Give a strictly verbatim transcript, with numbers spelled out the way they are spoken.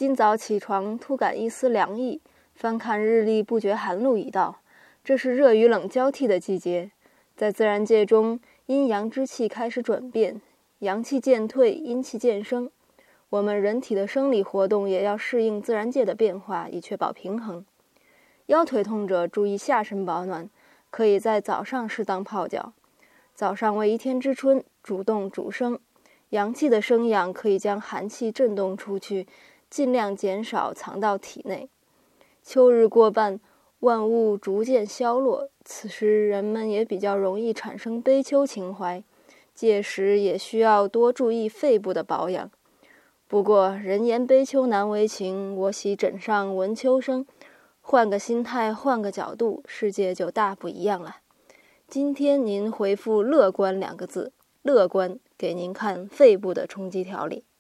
今早起床，突感一丝凉意，翻看日历，不觉寒露已到。这是热与冷交替的季节，在自然界中，阴阳之气开始转变，阳气渐退，阴气渐生。我们人体的生理活动也要适应自然界的变化，以确保平衡。腰腿痛者注意下身保暖，可以在早上适当泡脚。早上为一天之春，主动主生，阳气的生养可以将寒气震动出去，尽量减少藏到体内。秋日过半，万物逐渐消落，此时人们也比较容易产生悲秋情怀，届时也需要多注意肺部的保养。不过人言悲秋难为情，我喜枕上闻秋声，换个心态，换个角度，世界就大不一样了。今天您回复乐观两个字，乐观给您看肺部的冲击调理。